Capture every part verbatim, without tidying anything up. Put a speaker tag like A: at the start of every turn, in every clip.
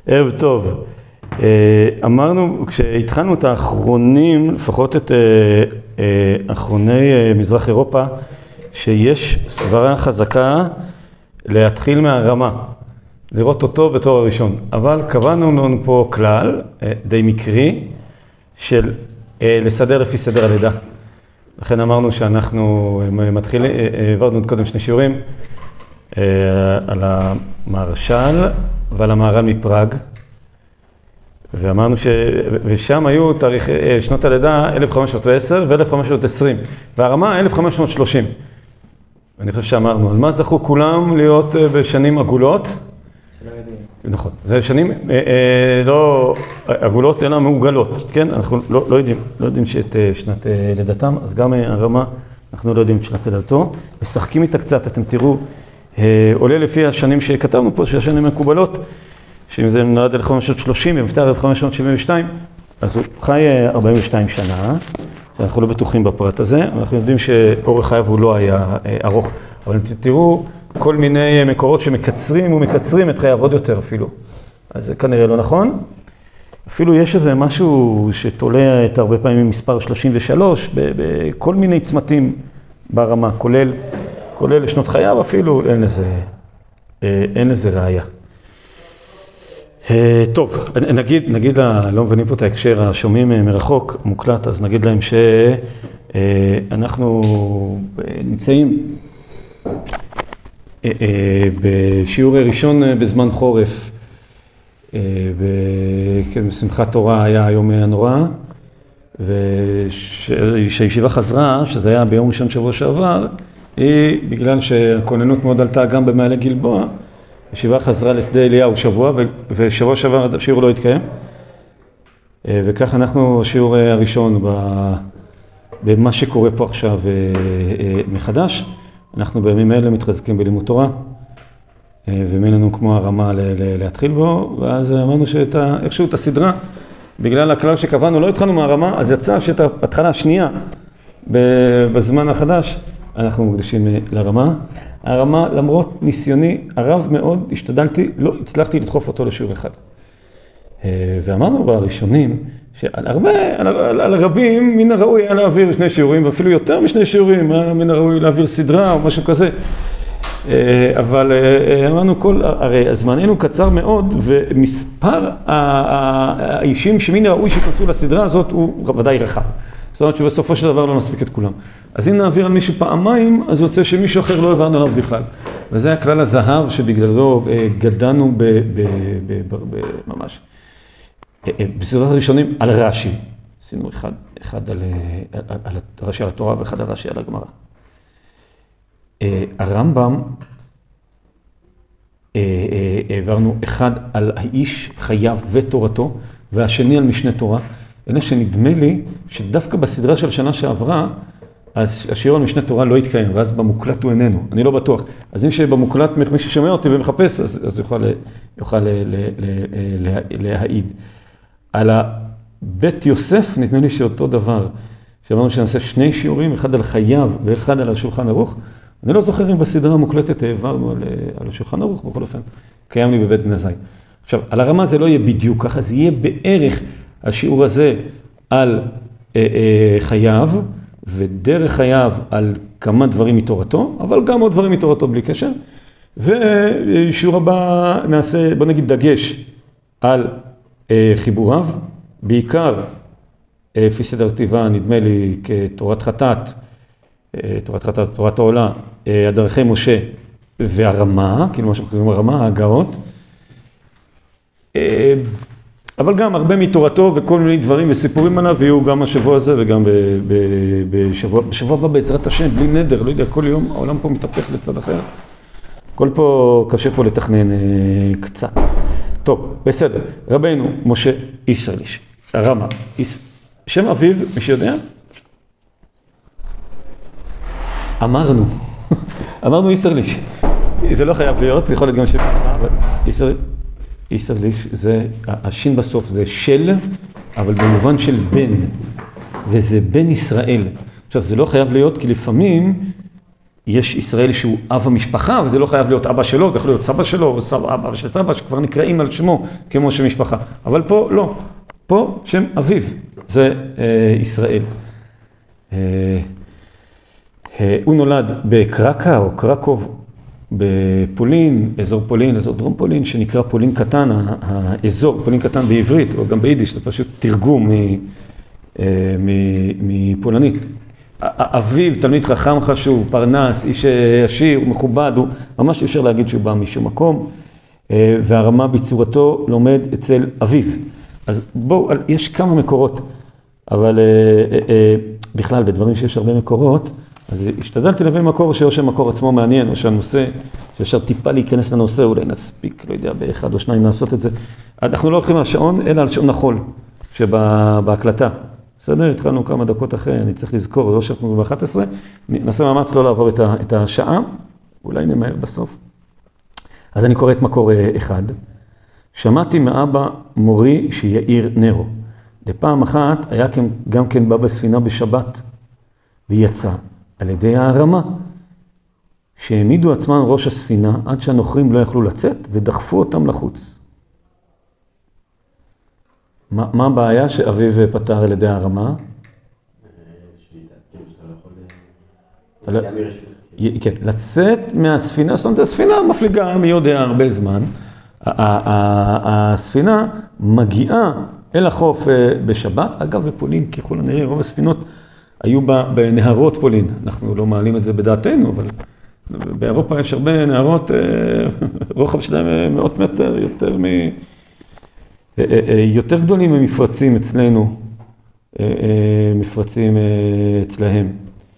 A: ערב טוב. אמרנו, כשהתחלנו את האחרונים, לפחות את אחרוני מזרח אירופה, שיש סברה חזקה להתחיל מהרמה, לראות אותו בתור הראשון. אבל קבענו לנו פה כלל די מקרי של לסדר לפי סדר הלידה. לכן אמרנו שאנחנו מתחילים, העברנו קודם שני שיעורים על המהרש"ל ועל המהר"ל מפראג, ואמרנו ש... ושם היו תאריך שנות הלידה אלף חמש מאות ועשר ו-אלף חמש מאות ועשרים, והרמה אלף חמש מאות ושלושים. אני חושב שאמרנו, על מה זכו כולם להיות בשנים עגולות? נכון, זה שנים אה, אה, לא עגולות אלא מעוגלות, כן? אנחנו לא, לא יודעים, לא יודעים שאת שנת אה, לידתם, אז גם אה, הרמה, אנחנו לא יודעים שנת לידתו. משחקים איתה קצת, אתם תראו, אה, עולה לפי השנים שכתבנו פה, שהשנים מקובלות, שאם זה נולד אלף חמש מאות ושלושים, מבטא אלף חמש מאות שבעים ושתיים, אז הוא חי אה, ארבעים ושתיים שנה, אנחנו לא בטוחים בפרט הזה, אנחנו יודעים שאורך חייו הוא לא היה אה, ארוך, אבל תראו, כל מיני מקורות שמקצרים ומקצרים את חייו עוד יותר אפילו. אז זה כנראה לא נכון. אפילו יש איזה משהו שתולה את הרבה פעמים מספר שלושים ושלוש, בכל מיני צמתים ברמה, כולל, כולל לשנות חייו אפילו, אין לזה, אין לזה ראייה. טוב, נגיד, נגיד, לא מבינים פה את ההקשר, השומעים מרחוק, מוקלט, אז נגיד להם שאנחנו נמצאים בשיעור הראשון בזמן חורף, בשמחת תורה היה היום הנורא, ושהישיבה חזרה, שזה היה ביום ראשון שבוע שעבר, היא בגלל שהכוננות מאוד עלתה גם במעלה גלבוע, הישיבה חזרה לשדה אליהו שבוע, ושבוע שעבר השיעור לא התקיים, וכך אנחנו השיעור הראשון במה שקורה פה עכשיו מחדש. אנחנו בימים אלה מתחזקים בלימוד תורה, ומין לנו כמו הרמה להתחיל בו, ואז אמרנו שאיכשהו את הסדרה, בגלל הכלל שקבענו, לא התחלנו מהרמה, אז יצא שאת ההתחלה השנייה בזמן החדש, אנחנו מקדישים לרמה. הרמה, למרות ניסיוני הרב מאוד, השתדלתי, לא הצלחתי לדחוף אותו לשיעור אחד. ואמרנו בראשונים, שעל הרבה, על, על, על רבים, מן הראוי היה להעביר שני שיעורים, ואפילו יותר משני שיעורים, מן הראוי להעביר סדרה או משהו כזה. אבל אמרנו כל, הרי הזמננו קצר מאוד, ומספר האישים שמן הראוי שכנסו לסדרה הזאת הוא ודאי רחב. זאת אומרת שבסופו של דבר לא נספיק את כולם. אז אם נעביר על מישהו פעמיים, אז יוצא שמישהו אחר לא העברנו עליו בכלל. וזה הכלל הזהב שבגללו גדלנו ב, ב, ב, ב, ב, ממש. בסדרת הראשונים על רש"י. עשינו אחד, אחד על, על, על רש"י על התורה ואחד על רש"י על הגמרא. הרמב"ם, העברנו אחד על האיש, חייו ותורתו, והשני על משנה תורה. אלא שנדמה לי שדווקא בסדרה של שנה שעברה, אז השיעור על משנה תורה לא התקיים, ואז במוקלט הוא איננו, אני לא בטוח. אז אם שבמוקלט מי ששומע אותי ומחפש, אז, אז יוכל, יוכל ל, ל, ל, ל, להעיד. על בית יוסף נדמה לי שאותו דבר, שאמרנו שנעשה שני שיעורים, אחד על חייו ואחד על השולחן ערוך. אני לא זוכר אם בסדרה המוקלטת העברנו על, על השולחן ערוך, בכל אופן, קיים לי בבית גנזי. עכשיו, על הרמה זה לא יהיה בדיוק ככה, זה יהיה בערך השיעור הזה על אה, אה, חייו, ודרך חייו על כמה דברים מתורתו, אבל גם עוד דברים מתורתו בלי קשר. ושיעור הבא נעשה, בוא נגיד, דגש על אה, חיבוריו, בעיקר, אה, לפי סדר כתיבה, נדמה לי כתורת חטאת, אה, תורת חטאת, תורת העולה, אה, הדרכי משה והרמה, כאילו מה שקוראים הרמה, ההגאות. אה, אבל גם הרבה מתורתו וכל מיני דברים וסיפורים עליו, ויהיו גם השבוע הזה וגם ב, ב, בשבוע, בשבוע הבא בעזרת השם, בלי נדר, לא יודע, כל יום העולם פה מתהפך לצד אחר. כל פה, קשה פה לתכנן אה, קצת. טוב, בסדר. רבנו, משה ישרליש, הרמה, יש, שם אביו, מי שיודע? אמרנו, אמרנו ישרליש. זה לא חייב להיות, זה יכול להיות גם שם, אבל ישרליש. ישרליש זה, השין בסוף זה של, אבל במובן של בן, וזה בן ישראל. עכשיו, זה לא חייב להיות, כי לפעמים יש ישראל שהוא אב המשפחה, וזה לא חייב להיות אבא שלו, זה יכול להיות סבא שלו, או סבא, אבא של סבא, שכבר נקראים על שמו כמו שם משפחה. אבל פה לא, פה שם אביו, זה אה, ישראל. אה, אה, הוא נולד בקרקה או קרקוב, בפולין, אזור פולין, אזור דרום פולין, שנקרא פולין קטן, האזור, פולין קטן בעברית, או גם ביידיש, זה פשוט תרגום מפולנית. אביו, תלמיד חכם חשוב, פרנס, איש עשיר, מכובד, הוא ממש אפשר להגיד שהוא בא משום מקום, והרמה בצורתו לומד אצל אביו. אז בואו, יש כמה מקורות, אבל בכלל, בדברים שיש הרבה מקורות, אז השתדלתי להביא מקור שאו שהמקור עצמו מעניין, או שהנושא, שאפשר טיפה להיכנס לנושא, אולי נספיק, לא יודע, באחד או שניים לעשות את זה. אנחנו לא הולכים על שעון, אלא על שעון החול, שבהקלטה. בסדר? התחלנו כמה דקות אחרי, אני צריך לזכור, לא שאנחנו ב-אחת עשרה, נעשה מאמץ לא לעבור את השעה, אולי נמהר בסוף. אז אני קורא את מקור אחד. שמעתי מאבא מורי שיעיר נרו. לפעם אחת היה גם כן בא בספינה בשבת, ויצא על ידי ההרמה, שהעמידו עצמם ראש הספינה עד שהנוכרים לא יכלו לצאת ודחפו אותם לחוץ. מה, מה הבעיה שאביו פתר על ידי ההרמה? כן, לצאת מהספינה, זאת אומרת, הספינה מפליגה מי יודע הרבה זמן. הספינה מגיעה אל החוף בשבת, אגב בפולין ככל הנראה רוב הספינות היו בנהרות פולין, אנחנו לא מעלים את זה בדעתנו, אבל באירופה יש הרבה נהרות, רוחב שלהם מאות מטר, יותר, מ... יותר גדולים ממפרצים אצלנו, מפרצים אצלהם.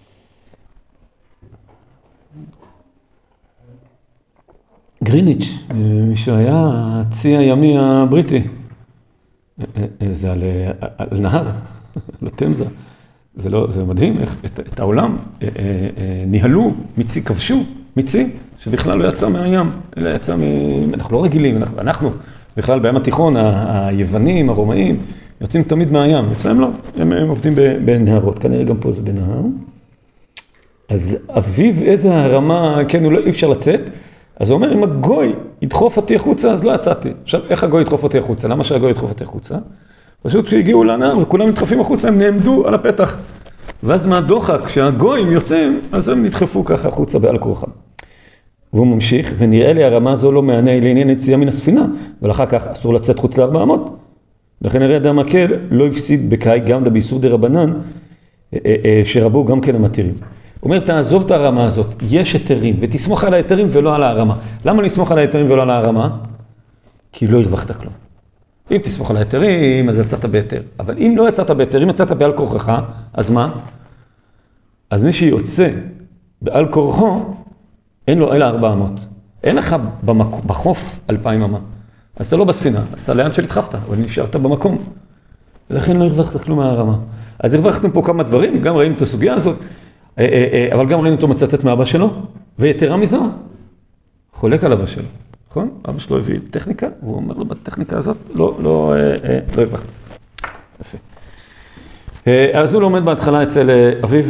A: גריניץ', שהיה הצי הימי הבריטי, זה על, על נהר, לתמזה. זה לא, זה מדהים איך את, את העולם אה, אה, ניהלו, מצי כבשו, מצי שבכלל לא יצא מהים, אלא יצא מ... אנחנו לא רגילים, אנחנו, אנחנו בכלל בים התיכון, ה, היוונים, הרומאים, יוצאים תמיד מהים, אצלם לא, הם, הם עובדים בנהרות, כנראה גם פה זה בנהר. אז אביו איזה הרמה, כן, הוא לא, אי אפשר לצאת, אז הוא אומר, אם הגוי ידחוף אותי החוצה, אז לא יצאתי. עכשיו, איך הגוי ידחוף אותי החוצה? למה שהגוי ידחוף אותי החוצה? פשוט כשהגיעו לנהר וכולם נדחפים החוצה, הם נעמדו על הפתח. ואז מהדוחק, כשהגויים יוצאים, אז הם נדחפו ככה החוצה בעל כורחם. והוא ממשיך, ונראה לי הרמה הזו לא מענה לעניין יציאה מן הספינה, אבל אחר כך אסור לצאת חוץ לארבע אמות. לכן הרי אדם מקל לא הפסיד בקאי גם באיסור דרבנן, שרבו גם כן המתירים. הוא אומר, תעזוב את הרמה הזאת, יש היתרים, ותסמוך על ההיתרים ולא על הרמה. למה לסמוך על ההיתרים ולא על הרמה? כי לא הרווחת כלום. אם תסמוך על ההיתרים, אז יצאת בהיתר. אבל אם לא יצאת בהיתר, אם יצאת בעל כורחך, אז מה? אז מי שיוצא בעל כורחו, אין לו אלא ארבע אמות. אין לך במק... בחוף אלפיים אמה. אז אתה לא בספינה, אז אתה לאן שלדחפת, אבל נשארת במקום. ולכן לא הרווחת כלום מהרמה. אז הרווחתם פה כמה דברים, גם ראינו את הסוגיה הזאת, אבל גם ראינו אותו מצטט מאבא שלו, ויתרה מזו, חולק על אבא שלו. נכון? אבא שלו הביא טכניקה, והוא אומר לו בטכניקה הזאת, לא, לא, לא הרווחת. יפה. אז הוא לומד בהתחלה אצל אביו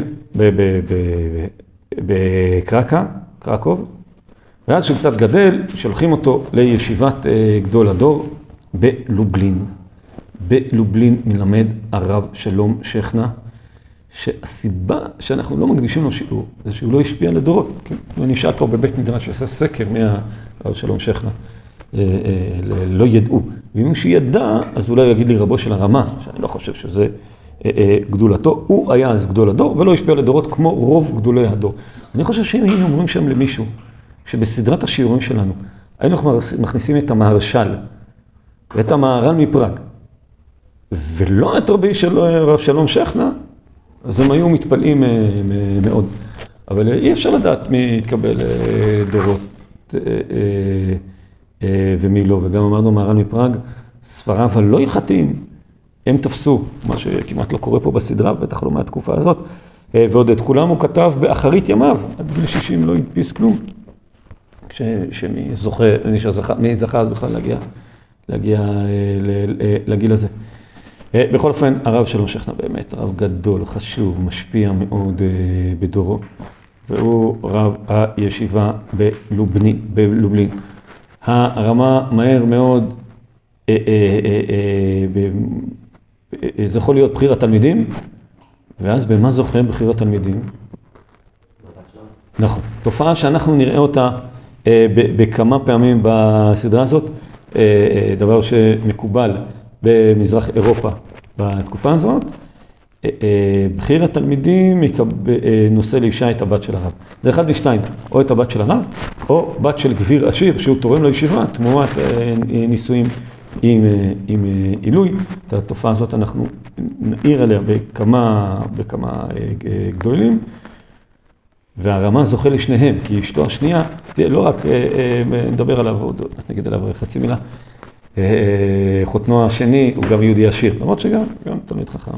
A: בקרקה, קרקוב, ואז שהוא קצת גדל, שולחים אותו לישיבת גדול הדור בלובלין. בלובלין מלמד הרב שלום שכנע, שהסיבה שאנחנו לא מקדישים לו שיעור, זה שהוא לא השפיע לדורות. כן? הוא נשאל פה בבית מדרש שעשה סקר מהרב שלום שכנע, לא ידעו. ואם שידע, אז אולי יגיד לי רבו של הרמה, שאני לא חושב שזה גדולתו. הוא היה אז גדול הדור, ולא השפיע לדורות כמו רוב גדולי הדור. אני חושב שאם היינו אומרים שם למישהו, שבסדרת השיעורים שלנו, היינו מכניסים את המהרש"ל, ואת המהר"ל מפראג, ולא את רבי של רב שלום שכנע, אז הם היו מתפלאים מאוד. אבל אי אפשר לדעת מי יתקבל דורות ומי לא. וגם אמרנו מהר"ל מפראג, ספריו הלא הלכתיים, הם תפסו, מה שכמעט לא קורה פה בסדרה, בטח לא מהתקופה הזאת, ועוד את כולם הוא כתב באחרית ימיו, עד גיל שישים לא הדפיס כלום. שמי זוכה, מי זכה אז בכלל להגיע, להגיע לגיל הזה. בכל אופן, הרב שלום שכנע באמת, רב גדול, חשוב, משפיע מאוד בדורו. והוא רב הישיבה בלובלין. בלובלין. הרמה מהר מאוד, אה, אה, אה, אה, זה יכול להיות בחיר התלמידים, ואז במה זוכה בחיר התלמידים? נכון. תופעה שאנחנו נראה אותה אה, בכמה פעמים בסדרה הזאת, אה, אה, דבר שמקובל במזרח אירופה בתקופה הזאת, אה, אה, בחיר התלמידים מקב... אה, נושא לאישה את הבת של הרב. זה אחד משתיים, או את הבת של הרב, או בת של גביר עשיר שהוא תורם לישיבה, תמורת אה, נישואים עם, אה, עם אה, עילוי. את התופעה הזאת אנחנו נעיר עליה בכמה, בכמה אה, גדולים. והרמה זוכה לשניהם, כי אשתו השנייה, לא רק נדבר עליו, עוד נגיד עליו חצי מילה, חותנו השני הוא גם יהודי עשיר, למרות שגם, גם תלמיד חכם.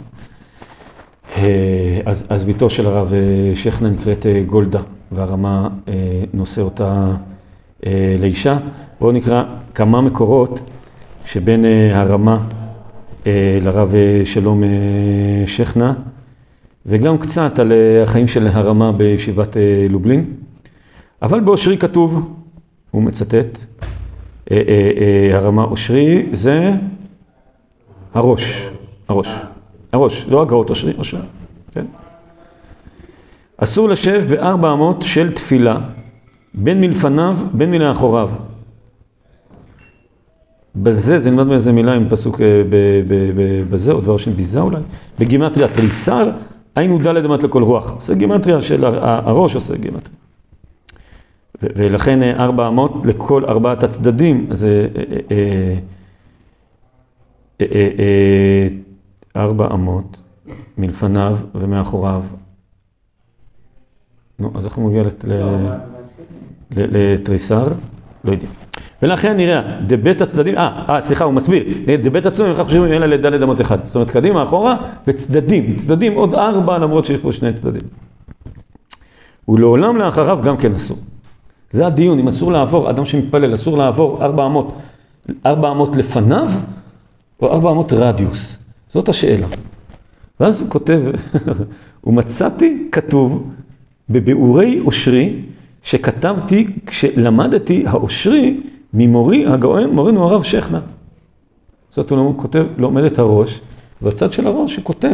A: אז, אז ביתו של הרב שכנה נקראת גולדה, והרמה נושא אותה לאישה. בואו נקרא כמה מקורות שבין הרמה לרב שלום שכנה, וגם קצת על החיים של הרמה בישיבת לובלין. אבל באושרי כתוב, הוא מצטט, הרמה אושרי זה הראש, הראש, הראש, לא הגאות אושרי, אושרי, כן? אסור לשב בארבע אמות של תפילה, בין מלפניו, בין מלאחוריו. בזה, זה נלמד מאיזה מילה עם פסוק בזה, או דבר של ביזה אולי, בגימטריה תריסר, היינו ד' אמת לכל רוח. עושה גימטריה של הראש, עושה גימטריה. ולכן ארבע אמות לכל ארבעת הצדדים, זה ארבע אמות מלפניו ומאחוריו. נו, אז איך הוא מגיע לתריסר? לא יודע. ולכן נראה, דבית הצדדים, אה, אה, סליחה, הוא מסביר, דבית הצדדים, אנחנו חושבים, אלא לדלת אמות אחד. זאת אומרת, קדימה, אחורה, בצדדים, צדדים עוד ארבע, למרות שיש פה שני צדדים. ולעולם לאחריו גם כן אסור. זה הדיון, אם אסור לעבור, אדם שמתפלל, אסור לעבור ארבע אמות, ארבע אמות לפניו, או ארבע אמות רדיוס. זאת השאלה. ואז הוא כותב, ומצאתי כתוב, בביאורי אושרי, שכתבתי כשלמדתי האושרי ממורי הגאון, מורנו הרב שכנה. זאת אומרת, הוא כותב, לומד את הראש, והצד של הראש הוא כותב.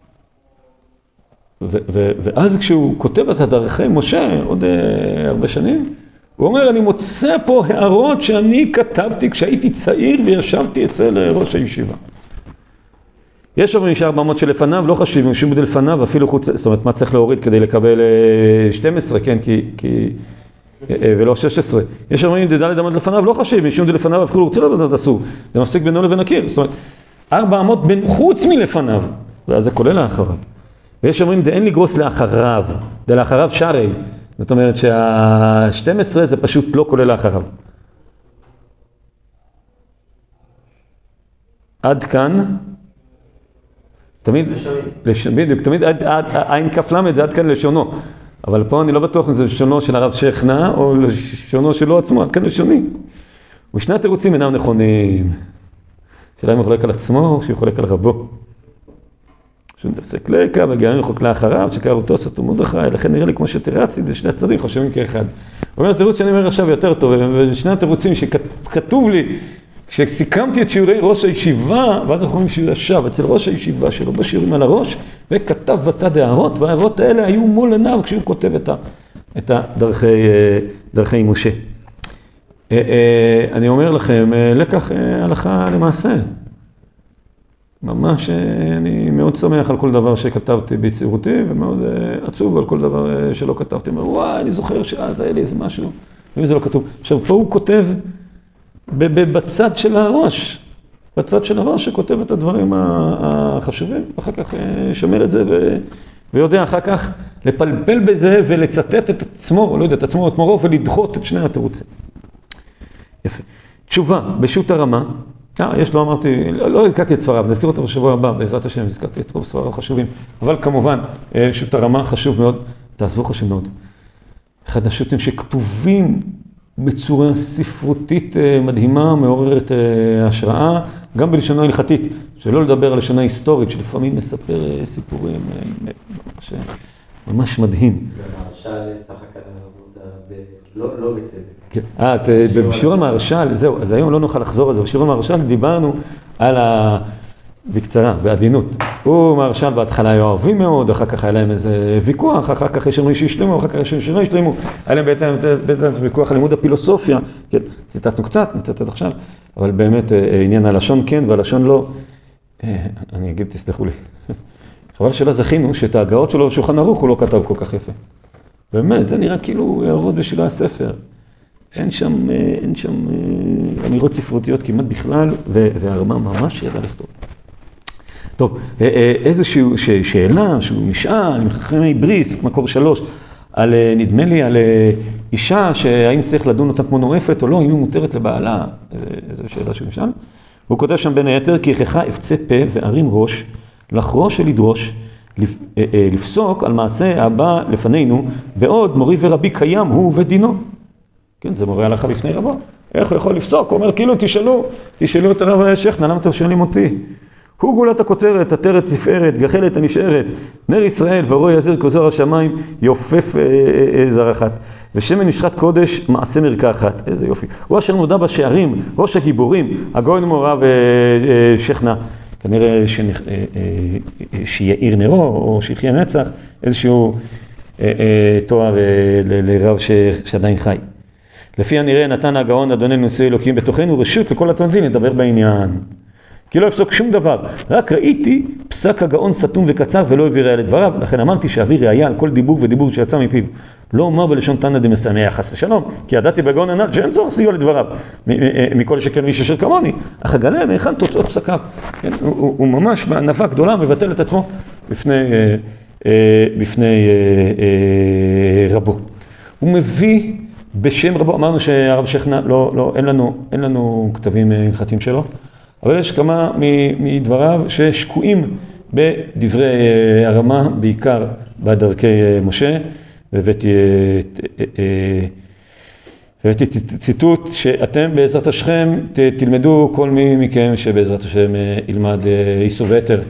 A: ו- ו- ואז כשהוא כותב את הדרכי משה, עוד uh, הרבה שנים, הוא אומר, אני מוצא פה הערות שאני כתבתי כשהייתי צעיר וישבתי אצל ראש הישיבה. יש אומרים שארבע אמות שלפניו, לא חשוב, משום בדי לפניו, אפילו חוץ, זאת אומרת, מה צריך להוריד כדי לקבל שתים עשרה, כן, כי, כי, ולא שש עשרה. יש אומרים, ד' אמות לפניו, לא חשוב, משום בדי לפניו, אפילו רוצה לדעת אסור. זה מפסיק בינו לבין הקיר. זאת אומרת, ארבע אמות בין חוץ מלפניו, ואז זה כולל לאחריו. ויש אומרים, דאין לגרוס לאחריו, זה לאחריו שרי. זאת אומרת שה-שתים עשרה זה פשוט לא כולל לאחריו. עד כאן, תמיד, בדיוק, תמיד עין כף למד זה עד כאן לשונו. אבל פה אני לא בטוח אם זה לשונו של הרב שכנה או לשונו שלו עצמו, עד כאן לשוני. ושני התירוצים אינם נכונים. שאלה אם הוא חולק על עצמו או שהוא חולק על רבו. שהוא דפסק לקה, וגם אם חולק לאחריו, שקרא אותו סתום מודחי, לכן נראה לי כמו שתירצי, זה שני הצדדים חושבים כאחד. הוא אומר, התירוץ שאני אומר עכשיו יותר טוב, ושני התירוצים שכתוב לי, כשסיכמתי את שיעורי ראש הישיבה, ואז אנחנו אומרים שהוא ישב אצל ראש הישיבה שלו בשיעורים על הראש, וכתב בצד הערות, והערות האלה היו מול עיניו כשהוא כותב את, ה, את הדרכי, דרכי משה. אני אומר לכם, לקח הלכה למעשה. ממש אני מאוד שמח על כל דבר שכתבתי בצעירותי, ומאוד עצוב על כל דבר שלא כתבתי. וואי, אני זוכר שאז היה לי איזה משהו, וזה לא כתוב. עכשיו, פה הוא כותב, בצד של הראש, בצד של הראש שכותב את הדברים החשובים, ואחר כך שומר את זה ו... ויודע אחר כך לפלפל בזה ולצטט את עצמו, לא יודע, את עצמו, את מורו, ולדחות את שני התירוצים. יפה. תשובה, בשו"ת הרמה, אה, יש לו, אמרתי, לא, לא הזכרתי את ספריו, נזכיר אותו בשבוע הבא, בעזרת השם, הזכרתי את רוב ספריו חשובים, אבל כמובן, שו"ת הרמה חשוב מאוד, תעזבו חשוב מאוד. אחד השו"תים שכתובים בצורה ספרותית מדהימה, מעוררת השראה, גם בלשונה הלכתית, שלא לדבר על לשונה היסטורית, שלפעמים מספר סיפורים ממש מדהים.
B: והמהרש"ל צחק על העבודה לא בצדק.
A: אה, בשיעור המהרש"ל, זהו, אז היום לא נוכל לחזור על זה, בשיעור המהרש"ל דיברנו על ה... בקצרה, בעדינות. הוא מהרש"ל בהתחלה היו אוהבים מאוד, אחר כך היה להם איזה ויכוח, אחר כך יש לנו שהשלמו, אחר כך יש לנו שלא השלמו, היה להם בעצם ויכוח על לימוד הפילוסופיה, כן, ציטטנו קצת, נצטט עכשיו, אבל באמת עניין הלשון כן והלשון לא, אני אגיד, תסלחו לי, חבל שלא זכינו שאת ההגאות שלו לשולחן ערוך הוא לא כתב כל כך יפה. באמת, זה נראה כאילו הערות בשביל הספר. אין שם, אין שם אמירות ספרותיות כמעט בכלל, והרמ"א ממש ידע לכתוב. טוב, איזושהי שאלה, שהוא משאל, מחכמי בריסק, מקור שלוש, על, נדמה לי, על אישה שהאם צריך לדון אותה כמו נואפת או לא, אם היא מותרת לבעלה, איזו שאלה שהוא משאל. הוא כותב שם בין היתר, כי הכרחה אפצה פה וארים ראש, לחרוש ולדרוש, לפסוק על מעשה הבא לפנינו, בעוד מורי ורבי קיים הוא ודינו. כן, זה מורה הלכה בפני רבו. איך הוא יכול לפסוק? הוא אומר, כאילו, תשאלו, תשאלו את הרב שכנה, למה אתם שואלים אותי? הוא גולת הכותרת, עטרת תפארת, גחלת הנשארת, נר ישראל ואורו יזיר כזוהר השמיים, יופף אה, אה, אה, זרחת. ושמן נשחת קודש, מעשה מרקחת. איזה יופי. הוא אשר נודע בשערים, ראש הגיבורים, הגאון מורה ושכנה. כנראה שנכ... אה, אה, שיעיר נרו, או שיחיה נצח, איזשהו אה, אה, תואר אה, ל- לרב ש... שעדיין חי. לפי הנראה נתן הגאון אדוננו נשיא אלוקים בתוכנו רשות לכל התלמידים לדבר בעניין. כי לא יפסוק שום דבר, רק ראיתי פסק הגאון סתום וקצר ולא הביא ראיה לדבריו, לכן אמרתי שאביא ראיה על כל דיבור ודיבור שיצא מפיו. לא אומר בלשון תנא דמשמח חס ושלום, כי ידעתי בגאון הנ"ל שאין צורך סיוע לדבריו, מכל שכן מי אשר כמוני, אך אגלה מהיכן תוצאות פסקיו. כן? הוא, הוא, הוא ממש בענווה גדולה מבטל את עצמו בפני, אה, אה, בפני אה, אה, רבו. הוא מביא בשם רבו, אמרנו שהרב שכנה, לא, לא, אין לנו, אין לנו כתבים הלכתיים שלו, אבל יש כמה מדבריו ששקועים בדברי הרמ"א, בעיקר בדרכי משה, והבאתי ציטוט שאתם בעזרת השכם תלמדו כל מי מכם שבעזרת השם ילמד איסור והיתר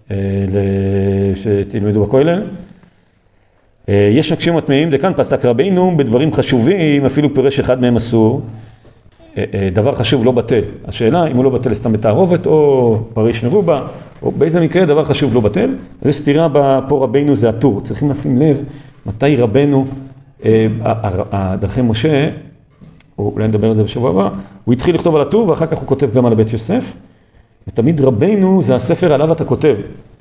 A: שתלמדו בכולל. יש נקשים וטמאים, דכאן פסק רבינו בדברים חשובים, אפילו פירש אחד מהם אסור. דבר חשוב לא בטל. השאלה אם הוא לא בטל סתם בתערובת או פריש מרובה, או באיזה מקרה דבר חשוב לא בטל. זה סתירה פה רבינו זה הטור. צריכים לשים לב מתי רבנו, דרכי משה, או אולי נדבר על זה בשבוע הבא, הוא התחיל לכתוב על הטור ואחר כך הוא כותב גם על בית יוסף. ותמיד רבינו זה הספר עליו אתה כותב.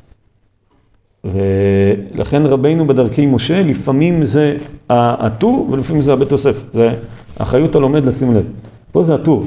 A: ולכן רבינו בדרכי משה, לפעמים זה הטור ולפעמים זה הבית יוסף. זה האחריות הלומד לשים לב. פה זה הטור.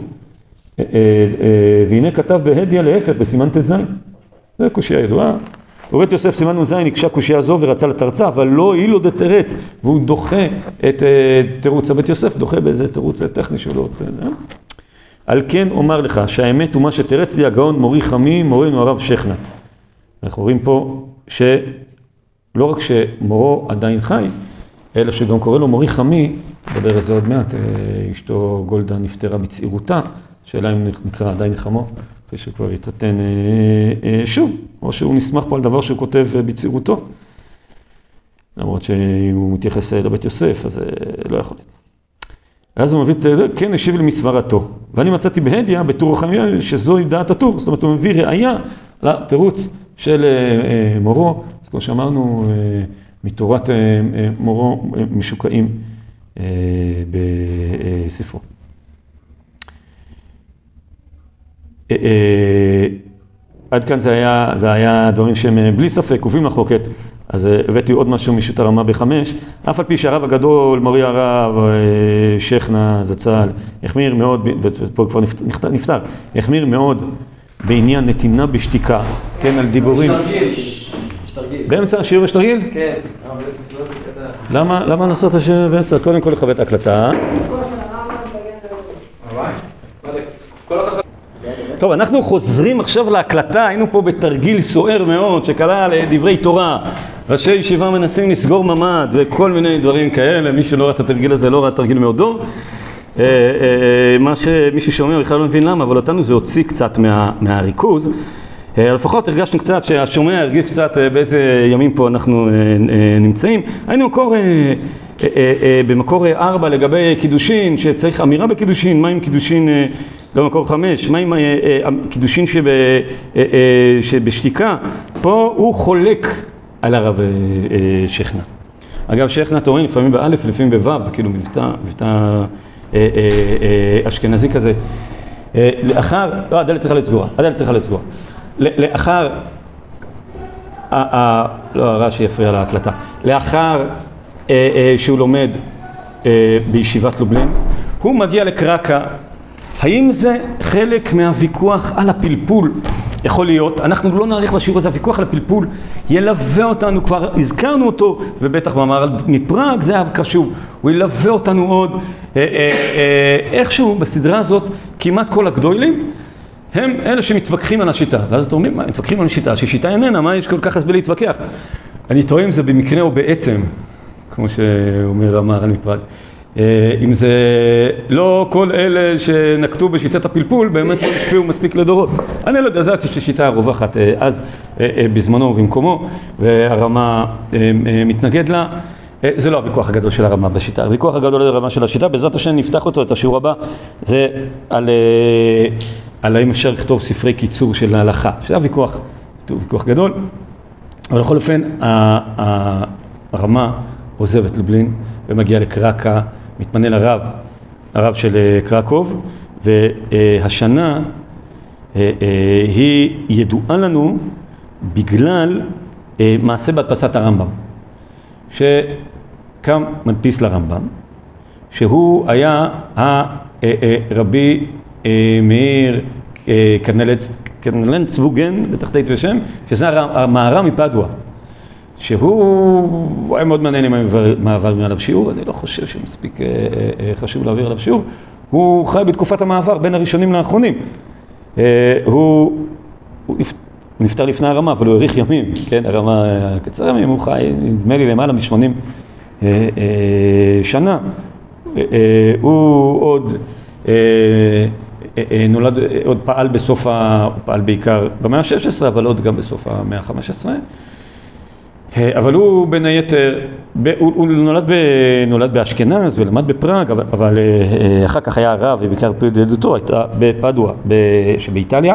A: והנה כתב בהדיה להפך בסימן ת' ז'. זה קושיה ידועה. ובית יוסף סימן נ' ז' הקשה קושיה זו ורצה לתרצה, אבל לא אילו דתרץ, והוא דוחה את תירוץ הבית יוסף, דוחה באיזה תירוץ טכני שלו. על כן אומר לך שהאמת הוא מה שתרץ לי הגאון מורי חמי, מורנו הרב שכנה. אנחנו רואים פה שלא רק שמורו עדיין חי, אלא שגם קורא לו מורי חמי, נדבר על זה עוד מעט, אשתו גולדה נפטרה בצעירותה, שאלה אם נקרא עדיין חמו, אחרי שכבר התחתן שוב, או שהוא נסמך פה על דבר שהוא כותב בצעירותו, למרות שאם הוא מתייחס לבית יוסף, אז לא יכול להיות. אז הוא מביא את זה, כן, השיב למסברתו, ואני מצאתי בהדיה, בטור החמיה, שזוהי דעת הטור, זאת אומרת, הוא מביא ראיה לתירוץ של מורו, אז כמו שאמרנו, מתורת מורו משוקעים בספרו. עד כאן זה היה, זה היה דברים שהם בלי ספק, ובלי מחלוקת, אז הבאתי עוד משהו משו"ת הרמ"א בחמש, אף על פי שהרב הגדול, מורי הרב, שכנה זצ"ל, החמיר מאוד, ופה כבר נפטר, החמיר מאוד בעניין נתינה בשתיקה, כן, על דיבורים. באמצע השיעור יש תרגיל?
B: כן.
A: למה, למה לעשות השיעור באמצע? קודם כל לכבד הקלטה. טוב, אנחנו חוזרים עכשיו להקלטה, היינו פה בתרגיל סוער מאוד שכלל דברי תורה. ראשי ישיבה מנסים לסגור ממ"ד וכל מיני דברים כאלה, מי שלא ראה את התרגיל הזה לא ראה תרגיל מאוד דור. מה שמי ששומע בכלל לא מבין למה, אבל אותנו זה הוציא קצת מה, מהריכוז. לפחות הרגשנו קצת, שהשומע הרגיש קצת באיזה ימים פה אנחנו נמצאים. היינו מקור, במקור ארבע לגבי קידושין, שצריך אמירה בקידושין, מה עם קידושין, לא מקור חמש, מה עם קידושין שבשתיקה, פה הוא חולק על הרב שכנע. אגב, שכנע טוען לפעמים באלף, לפעמים בוו, זה כאילו מבטא, מבטא אשכנזי כזה. לאחר, לא, הדלת צריכה להיות סגורה, הדלת צריכה להיות סגורה. לאחר, לא, הרש"י יפריע להקלטה, לאחר שהוא לומד בישיבת לובלין, הוא מגיע לקרקע. האם זה חלק מהוויכוח על הפלפול? יכול להיות, אנחנו לא נעריך בשיעור הזה, הוויכוח על הפלפול ילווה אותנו, כבר הזכרנו אותו, ובטח במאמר מפראג זה היה קשור, הוא ילווה אותנו עוד, אה, אה, אה, איכשהו בסדרה הזאת, כמעט כל הגדולים, הם אלה שמתווכחים על השיטה, ואז אתם אומרים, מה, מתווכחים על השיטה, ששיטה איננה, מה יש כל כך הרבה להתווכח? אני טועה אם זה במקרה או בעצם, כמו שאומר המהר"ל מפראג. אם זה לא כל אלה שנקטו בשיטת הפלפול, באמת לא השפיעו מספיק לדורות. אני לא יודע, זאת שיטה רווחת אז בזמנו ובמקומו, והרמה מתנגד לה. זה לא הוויכוח הגדול של הרמה בשיטה. הוויכוח הגדול של הרמה של השיטה, בעזרת השם נפתח אותו, את השיעור הבא, זה על, על האם אפשר לכתוב ספרי קיצור של ההלכה. שזה הוויכוח, ויכוח גדול. אבל בכל אופן, הרמה עוזב את לובלין ומגיע לקרקע, מתמנה לרב, הרב של קרקוב, והשנה היא ידועה לנו בגלל מעשה בהדפסת הרמב"ם, שקם מדפיס לרמב"ם, שהוא היה הרבי מאיר קרנלנצבוגן בתחתית ושם, שזה המהר"ם מפדואה, שהוא היה מאוד מעניין עם המעבר מעליו שיעור, אני לא חושב שמספיק חשוב להעביר עליו שיעור, הוא חי בתקופת המעבר בין הראשונים לאחרונים, הוא נפטר לפני הרמה, אבל הוא האריך ימים, כן, הרמה קצר ימים, הוא חי נדמה לי למעלה משמונים שנה, הוא עוד נולד, עוד פעל בסוף, הוא פעל בעיקר במאה ה-שש עשרה, אבל עוד גם בסוף המאה ה-חמש עשרה, אבל הוא בין היתר, הוא, הוא נולד, ב, נולד באשכנז ולמד בפראג, אבל, אבל אחר כך היה הרב, ובעיקר פעילותו הייתה בפדואה שבאיטליה,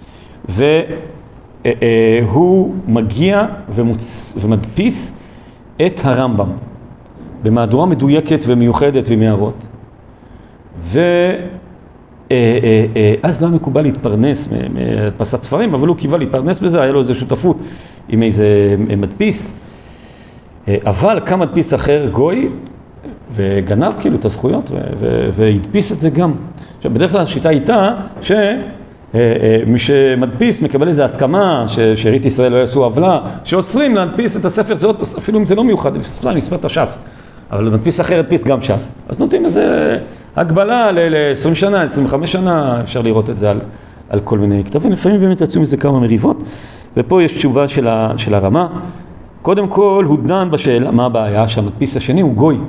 A: והוא מגיע ומוצ, ומדפיס את הרמב"ם במהדורה מדויקת ומיוחדת ומערות, ואז לא היה מקובל להתפרנס מהדפסת ספרים, אבל הוא קיבל להתפרנס בזה, היה לו איזו שותפות עם איזה מדפיס, אבל קם מדפיס אחר גוי וגנב כאילו את הזכויות והדפיס את זה גם. עכשיו בדרך כלל השיטה הייתה שמי שמדפיס מקבל איזו הסכמה ששארית ישראל לא יעשו עוולה, שאוסרים להדפיס את הספר, זה עוד, אפילו אם זה לא מיוחד, נספר את הש"ס, אבל מדפיס אחר הדפיס גם ש"ס. אז נותנים איזו הגבלה ל-עשרים שנה, עשרים וחמש שנה, אפשר לראות את זה על, על כל מיני כתבים, לפעמים באמת יצאו מזה כמה מריבות. ופה יש תשובה של, ה, של הרמה. קודם כל, הוא דן בשאלה, מה הבעיה? שהמדפיס השני הוא גוי.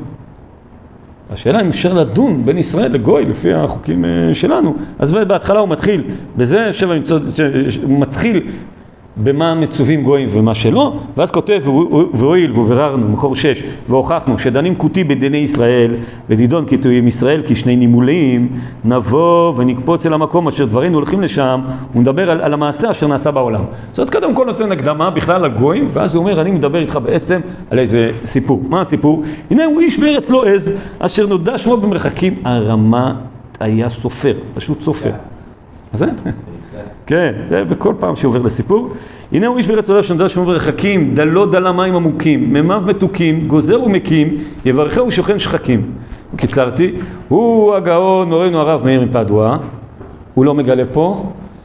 A: השאלה אם אפשר לדון בין ישראל לגוי, לפי החוקים שלנו. אז בהתחלה הוא מתחיל בזה, שבע מצוד, הוא מתחיל במה מצווים גויים ומה שלא, ואז כותב, והואיל ובררנו, מקור שש, והוכחנו שדנים כותי בדיני ישראל, ודידון כתויים ישראל כשני נימולים, נבוא ונקפוץ אל המקום אשר דברינו הולכים לשם, הוא מדבר על, על המעשה אשר נעשה בעולם. זאת אומרת, קודם כל נותן הקדמה בכלל על גויים, ואז הוא אומר, אני מדבר איתך בעצם על איזה סיפור. מה הסיפור? הנה הוא איש בארץ לא עז, אשר נודע שמו במרחקים. הרמה היה סופר, פשוט סופר. אז זה? כן, זה בכל פעם שעובר לסיפור. הנה הוא איש בארץ עולם שנודע שמו ברחקים, דלו דלה מים עמוקים, מימיו מתוקים, גוזר ומקים, יברכהו ושוכן שחקים. קיצרתי, הוא הגאון, מורנו הרב מאיר מפדואה, הוא לא מגלה פה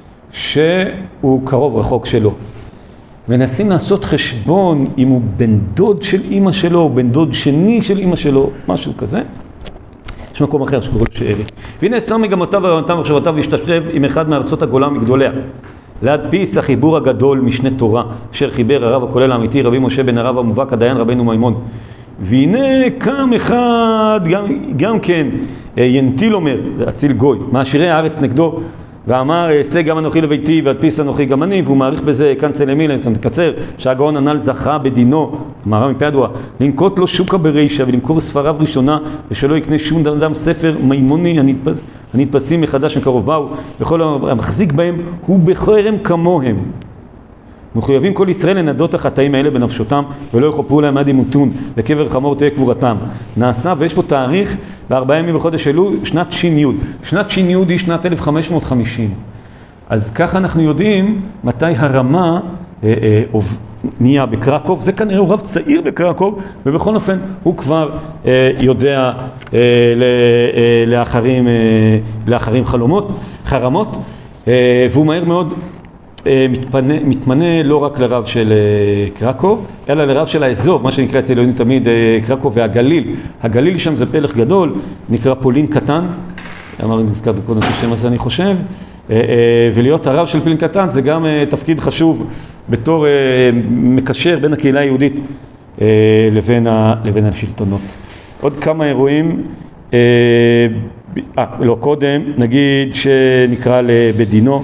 A: שהוא קרוב רחוק שלו. ונסים לעשות חשבון אם הוא בן דוד של אמא שלו, או בן דוד שני של אמא שלו, משהו כזה. יש מקום אחר שקוראים שאלה. והנה שם מגמותיו ורעיונותיו ומחשבותיו להשתתף עם אחד מארצות הגולה מגדוליה. להדפיס החיבור הגדול משנה תורה, אשר חיבר הרב הכולל האמיתי, רבי משה בן הרב המובהק הדיין רבנו מימון. והנה קם אחד, גם, גם כן, ינטיל אומר, אציל גוי, מעשירי הארץ נגדו, ואמר, אעשה גם אנוכי לביתי ואדפיס אנוכי גם אני, והוא מעריך בזה כאן צלמילה, אני מקצר, שהגאון הנ"ל זכה בדינו, מהר"ם מפדואה, לנקוט לו שוקה ברישה ולמכור ספריו ראשונה, ושלא יקנה שום אדם ספר מימוני הנתפס, הנתפסים מחדש מקרוב באו, וכל המחזיק בהם הוא בחרם כמוהם. מחויבים כל ישראל לנדות החטאים האלה בנפשותם, ולא יחופרו להם עד ימותון, וקבר חמור תהיה קבורתם. נעשה, ויש פה תאריך, בארבעה ימים בחודש אלול, שנת ש"י. שנת ש"י היא שנת אלף חמש מאות וחמישים. אז ככה אנחנו יודעים מתי הרמה אה, אה, נהיה בקרקוב. זה כנראה הוא רב צעיר בקרקוב, ובכל אופן הוא כבר אה, יודע אה, אה, לאחרים, אה, לאחרים חלומות, חרמות, אה, והוא מהר מאוד מתפנה, מתמנה לא רק לרב של קרקוב, אלא לרב של האזור, מה שנקרא אצל יהודים תמיד קרקוב והגליל. הגליל שם זה פלח גדול, נקרא פולין קטן, אמר נזכר קודם את השם הזה אני חושב, ולהיות הרב של פולין קטן זה גם תפקיד חשוב בתור מקשר בין הקהילה היהודית לבין, ה, לבין השלטונות. עוד כמה אירועים, אה, לא קודם, נגיד שנקרא לבדינו,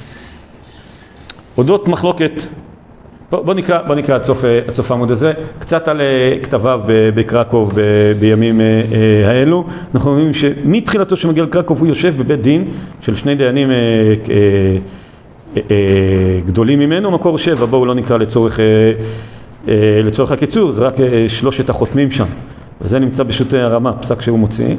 A: אודות מחלוקת, בוא, בוא נקרא, בוא נקרא עד סוף, עד סוף העמוד הזה, קצת על כתביו בקרקוב ב, בימים האלו. אנחנו רואים שמתחילתו שמגיע לקרקוב הוא יושב בבית דין של שני דיינים אה, אה, אה, גדולים ממנו, מקור שבע, בואו לא נקרא לצורך, אה, אה, לצורך הקיצור, זה רק אה, שלושת החותמים שם, וזה נמצא בשו"ת הרמה, פסק שהוא מוציא.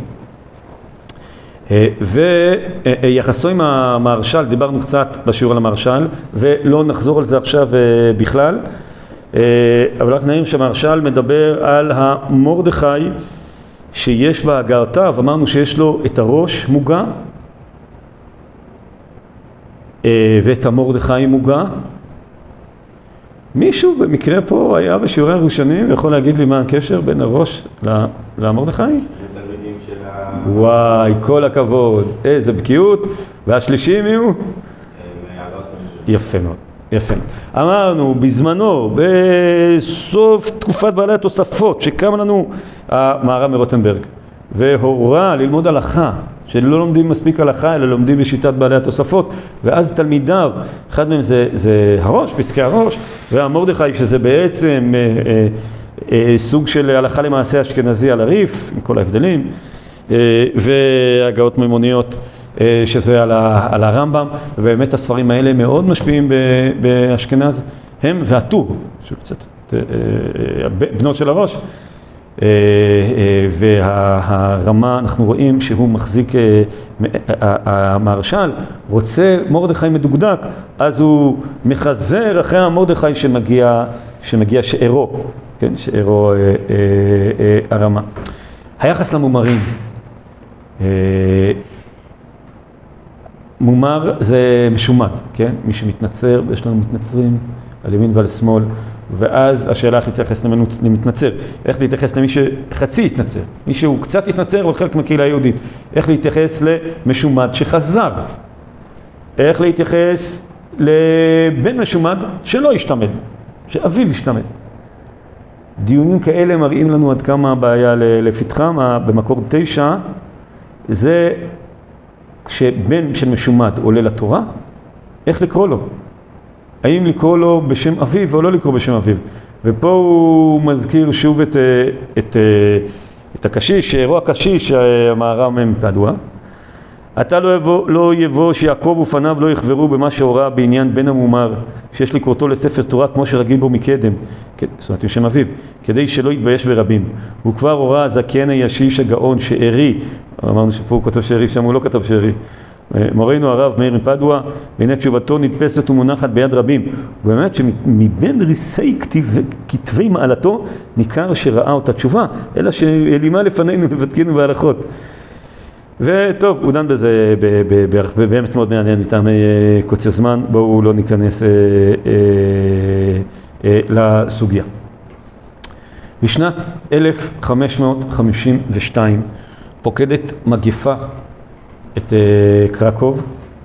A: ויחסו עם המהרש"ל, דיברנו קצת בשיעור על המהרש"ל, ולא נחזור על זה עכשיו בכלל, אבל אנחנו נראים שהמהרש"ל מדבר על המרדכי שיש באגרתיו, אמרנו שיש לו את הראש מוגע, ואת המרדכי מוגע. מישהו במקרה פה היה בשיעורי הראשונים ויכול להגיד לי מה הקשר בין הראש למרדכי? וואי, כל הכבוד, איזה בקיאות. והשלישי מי הוא? יפה מאוד, יפה. אמרנו בזמנו, בסוף תקופת בעלי התוספות, שקם לנו המהר"ם מרוטנברג, והורה ללמוד הלכה, שלא לומדים מספיק הלכה, אלא לומדים בשיטת בעלי התוספות, ואז תלמידיו, אחד מהם זה, זה הראש, פסקי הראש, והמרדכי שזה בעצם אה, אה, אה, סוג של הלכה למעשה אשכנזי על הריף, עם כל ההבדלים, והגאות מימוניות שזה על, ה, על הרמב"ם, ובאמת הספרים האלה מאוד משפיעים באשכנז, הם והטור, שהוא קצת בנות של הראש, והרמה אנחנו רואים שהוא מחזיק, המהרש"ל רוצה מרדכי מדוקדק, אז הוא מחזר אחרי המרדכי שמגיע, שמגיע שארו, כן, שארו הרמה. היחס למומרים, מומר זה משומד, כן? מי שמתנצר, יש לנו מתנצרים על ימין ועל שמאל, ואז השאלה איך להתייחס למתנצר, איך להתייחס למי שחצי התנצר, מי שהוא קצת התנצר אבל חלק מהקהילה היהודית, איך להתייחס למשומד שחזר, איך להתייחס לבן משומד שלא השתמד, שאביו השתמד. דיונים כאלה מראים לנו עד כמה הבעיה לפתחם. במקור תשע זה כשבן של משומד עולה לתורה, איך לקרוא לו? האם לקרוא לו בשם אביו או לא לקרוא בשם אביו? ופה הוא מזכיר שוב את, את, את הקשיש, אירוע הקשיש, המהר"ם מפדואה. אתה לא יבוא, לא יבוא שיעקב ופניו לא יחברו במה שהוראה בעניין בן המומר, שיש לקרותו לספר תורה כמו שרגיל בו מקדם, זאת אומרת, בשם אביו, כדי שלא יתבייש ברבים. הוא כבר הוראה זקן הישיש הגאון שארי, אמרנו שפה הוא כתב שארי, שם הוא לא כתב שארי, מורנו הרב מאיר מפדואה, והנה תשובתו נתפסת ומונחת ביד רבים. ובאמת שמבין ריסי כתבי, כתבי מעלתו ניכר שראה אותה תשובה, אלא שאלימה לפנינו לבדקנו בהלכות. וטוב, הוא דן בזה באמת מאוד מעניין מטעמי קוצר זמן, בואו לא ניכנס אה, אה, אה, לסוגיה. בשנת אלף חמש מאות חמישים ושתיים פוקדת מגפה את אה, קרקוב,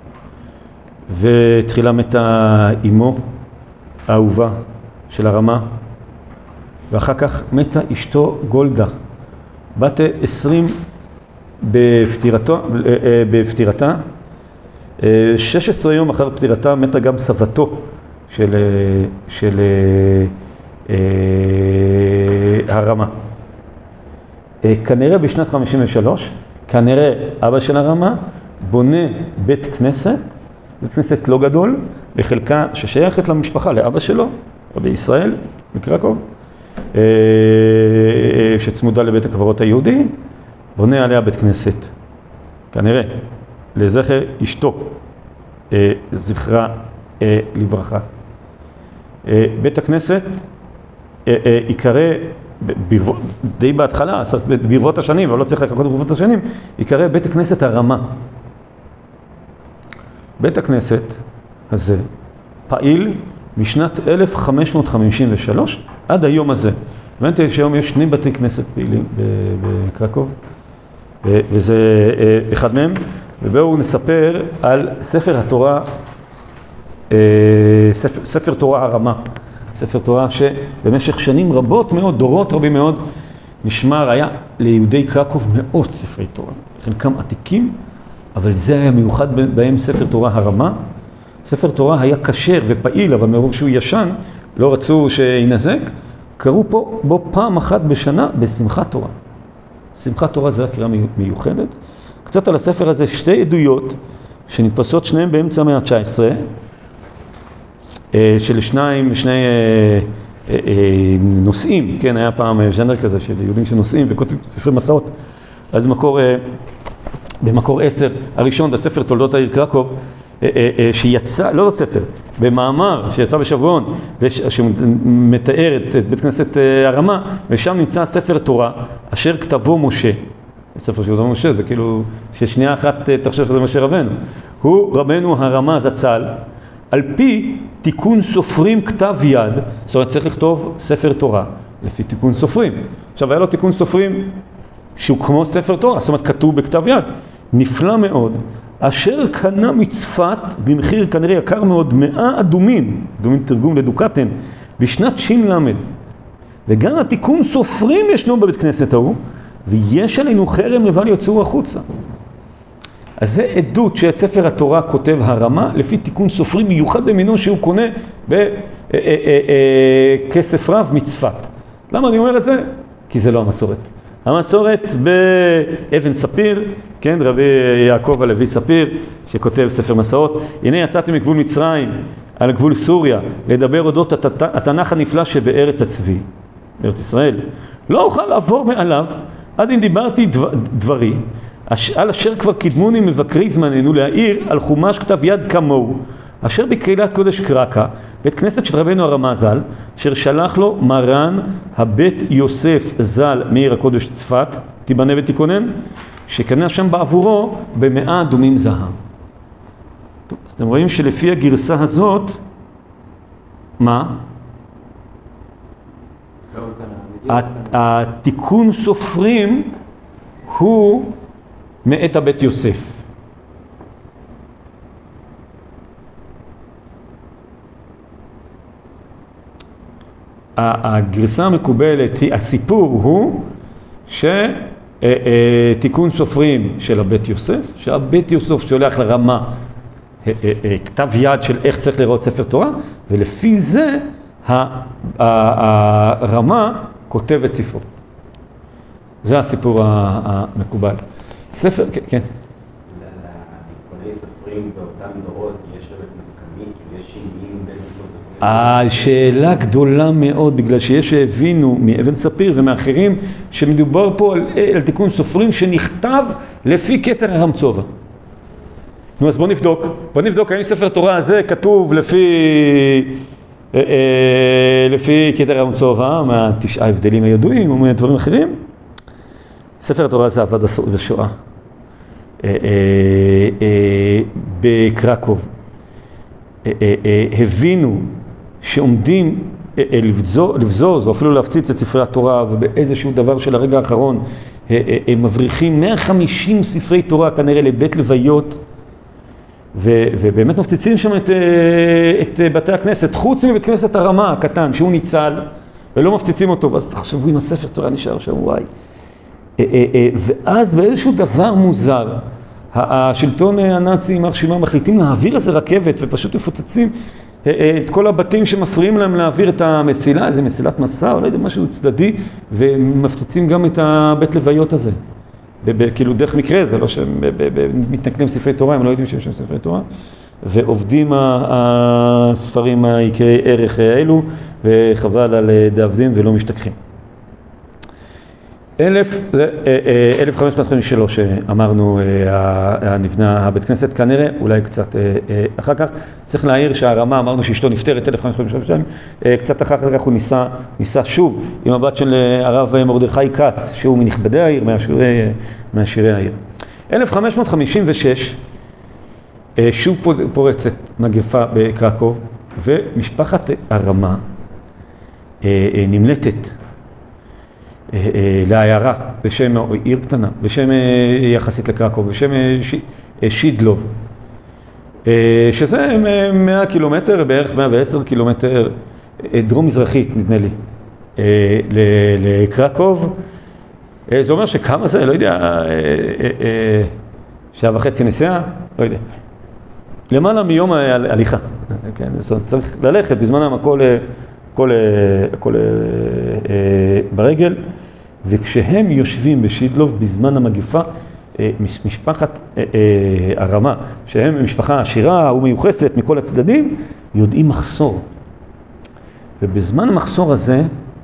A: ותחילה מתה אמו האהובה של הרמה, ואחר כך מתה אשתו גולדה, בת עשרים בפטירתו, בפטירתה, שש עשרה יום אחר פטירתה מתה גם סבתו של, של אה, הרמה. אה, כנראה בשנת חמישים ושלוש, כנראה אבא של הרמה בונה בית כנסת, בית כנסת לא גדול, בחלקה ששייכת למשפחה, לאבא שלו, בישראל, בקרקוב, אה, שצמודה לבית הקברות היהודי, בונה עליה בית כנסת, כנראה, לזכר אשתו, אה, זכרה אה, לברכה. אה, בית הכנסת אה, אה, יקרא, ברבות, די בהתחלה, ברבות השנים, אבל לא צריך לחכות ברבות השנים, יקרא בית הכנסת הרמה. בית הכנסת הזה פעיל משנת אלף חמש מאות חמישים ושלוש עד היום הזה. הבנתי שהיום יש שני בתי כנסת פעילים בקרקוב, וזה אחד מהם, ובואו נספר על ספר התורה, ספר, ספר תורה הרמה. ספר תורה שבמשך שנים רבות מאוד, דורות רבים מאוד, נשמר, היה ליהודי קרקוב מאות ספרי תורה. חלקם עתיקים, אבל זה היה מיוחד בהם ספר תורה הרמה. ספר תורה היה כשר ופעיל, אבל מרוב שהוא ישן, לא רצו שינזק, קראו פה בו פעם אחת בשנה בשמחת תורה. שמחת תורה זה הקריאה מיוחדת. קצת על הספר הזה שתי עדויות שנתפסות שניהם באמצע המאה ה-תשע עשרה, של שניים, שני נושאים, כן, היה פעם ז'אנר כזה של יהודים שנושאים וכותבים ספרי מסעות. אז במקור, במקור עשר, הראשון בספר תולדות העיר קרקוב, שיצא, לא ספר, במאמר שיצא בשבועון, שמתאר את בית כנסת הרמה, ושם נמצא ספר תורה, אשר כתבו משה. הספר של משה, זה כאילו, ששנייה אחת תחשב שזה משה רבנו. הוא רבנו הרמה זצ"ל, על פי תיקון סופרים כתב יד, זאת אומרת צריך לכתוב ספר תורה, לפי תיקון סופרים. עכשיו היה לו תיקון סופרים שהוא כמו ספר תורה, זאת אומרת כתוב בכתב יד, נפלא מאוד, אשר קנה מצפת במחיר כנראה יקר מאוד, מאה אדומין, אדומין תרגום לדוקטן, בשנת שין למד. וגם התיקון סופרים ישנו בבית כנסת ההוא, ויש עלינו חרם לבל יוצאו החוצה. אז זה עדות שאת ספר התורה כותב הרמה, לפי תיקון סופרים מיוחד במינו שהוא קונה בכסף רב מצפת. למה אני אומר את זה? כי זה לא המסורת. המסורת באבן ספיר, כן, רבי יעקב הלוי ספיר, שכותב ספר מסעות. הנה יצאתי מגבול מצרים, על גבול סוריה, לדבר אודות התנ"ך הנפלא שבארץ הצבי, בארץ ישראל. לא אוכל לעבור מעליו, עד אם דיברתי דבר, דברי, על אשר כבר קדמוני מבקרי זמננו להעיר על חומש כתב יד כמוהו, אשר בקהילת קודש קרקה, בית כנסת של רבנו הרמה ז"ל, אשר שלח לו מרן הבית יוסף ז"ל מעיר הקודש צפת, תיבנה ותיכונן, שקנה שם בעבורו במאה אדומים זהב. טוב, אז אתם רואים שלפי הגרסה הזאת, מה? התיקון סופרים הוא מאת הבית יוסף. הגרסה המקובלת, הסיפור הוא שתיקון סופרים של הבית יוסף, שהבית יוסף שולח לרמה כתב יד של איך צריך לראות ספר תורה, ולפי זה הרמה כותב את ספרו. זה הסיפור המקובל. ספר, כן. כן.
B: לתיקוני סופרים באותם דורות יש באמת נפקמי, כי יש שינויים בין תיקון סופרים.
A: השאלה גדולה מאוד, בגלל שיש שהבינו מאבן ספיר ומאחרים, שמדובר פה על, על תיקון סופרים שנכתב לפי כתר הרמצובה. נו, אז בוא נבדוק. בוא נבדוק האם ספר תורה הזה כתוב לפי, אה, אה, לפי כתר הרמצובה, מהתשעה הבדלים הידועים או מדברים אחרים. ספר התורה הזה עבד בשואה, בקרקוב. הבינו שעומדים לבזוז או אפילו להפציץ את ספרי התורה, ובאיזשהו דבר של הרגע האחרון הם מבריחים מאה וחמישים ספרי תורה כנראה לבית לוויות, ובאמת מפציצים שם את, את בתי הכנסת, חוץ מבית כנסת הרמה הקטן שהוא ניצל ולא מפציצים אותו. ואז תחשבו אם הספר תורה נשאר שם, וואי. ואז באיזשהו דבר מוזר, השלטון הנאצי עם הרשימה מחליטים להעביר איזה רכבת ופשוט מפוצצים את כל הבתים שמפריעים להם להעביר את המסילה, איזה מסילת מסע או לא יודע, משהו צדדי, ומפוצצים גם את הבית לוויות הזה. כאילו דרך מקרה, זה לא שהם מתנגנים ספרי תורה, הם לא יודעים שיש שם ספרי תורה, ועובדים הספרים העיקרי ערך האלו, וחבל על דאבדין ולא משתכחים. אלף חמש מאות חמישים ושלוש אמרנו נבנה הבית כנסת, כנראה אולי קצת אחר כך. צריך להעיר שהרמה, אמרנו שאשתו נפטרת אלף חמש מאות חמישים ושתיים, קצת אחר כך הוא ניסה, ניסה שוב עם הבת של הרב מרדכי כץ, שהוא מנכבדי העיר, מהשירי, מהשירי העיר. אלף חמש מאות חמישים ושש שוב פורצת מגפה בקרקוב, ומשפחת הרמה נמלטת לעיירה בשם, עיר קטנה, בשם יחסית לקרקוב, בשם שידלוב, שזה מאה קילומטר, בערך מאה ועשר קילומטר דרום מזרחית, נדמה לי, לקרקוב. זה אומר שכמה זה, לא יודע, שעה וחצי נסיעה, לא יודע. למעלה מיום הליכה, כן, צריך ללכת בזמנם הכל, הכל, הכל ברגל, וכשהם יושבים בשידלוב בזמן המגיפה, משפחת הרמה, שהם משפחה עשירה ומיוחסת מכל הצדדים, יודעים מחסור. ובזמן המחסור הזה,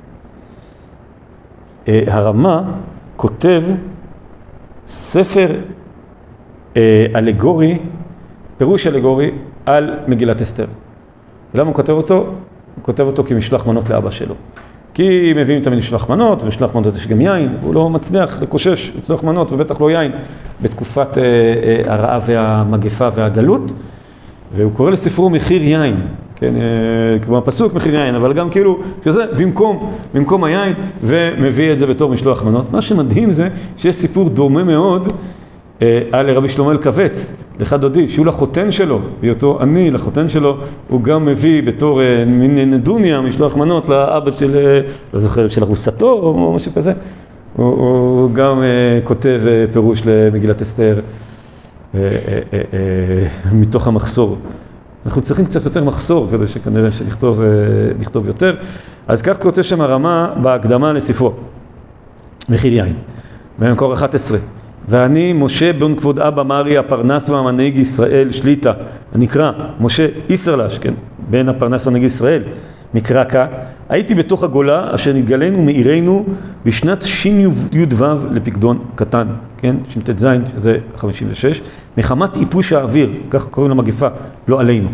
A: הרמה כותב ספר אלגורי, פירוש אלגורי על מגילת אסתר. ולמה הוא כותב אותו? הוא כותב אותו כמשלח מנות לאבא שלו. כי מביאים תמיד משלח מנות, ומשלח מנות יש גם יין, הוא לא מצליח לקושש משלח מנות ובטח לא יין בתקופת אה, אה, הרעב והמגפה והגלות, והוא קורא לספרו מחיר יין, כן, אה, כמו הפסוק מחיר יין, אבל גם כאילו שזה במקום, במקום היין, ומביא את זה בתור משלוח מנות. מה שמדהים זה שיש סיפור דומה מאוד אה, על רבי שלמה אלקבץ, לך דודי, שהוא לחותן שלו, בהיותו אני לחותן שלו, הוא גם מביא בתור אה, מין נדוניה, משלוח מנות לאבא של, אה, לא זוכר, של ארוסתו או משהו כזה. הוא, הוא גם אה, כותב אה, פירוש למגילת אסתר אה, אה, אה, אה, מתוך המחסור. אנחנו צריכים קצת יותר מחסור כדי שכנראה שנכתוב אה, נכתוב יותר. אז כך כותב שם הרמה בהקדמה לספרו, מחיר יין, במקור אחת עשרה. ואני משה בן כבוד אבא מרי הפרנס והמנהיג ישראל שליטה, הנקרא משה ישרלש, כן, בן הפרנס והמנהיג ישראל, מקרקע, הייתי בתוך הגולה אשר נתגלנו מעירנו בשנת שין י"ו לפקדון קטן, כן, שין תז, שזה חמישים ושש, מחמת איפוש האוויר, כך קוראים למגפה, לא עלינו.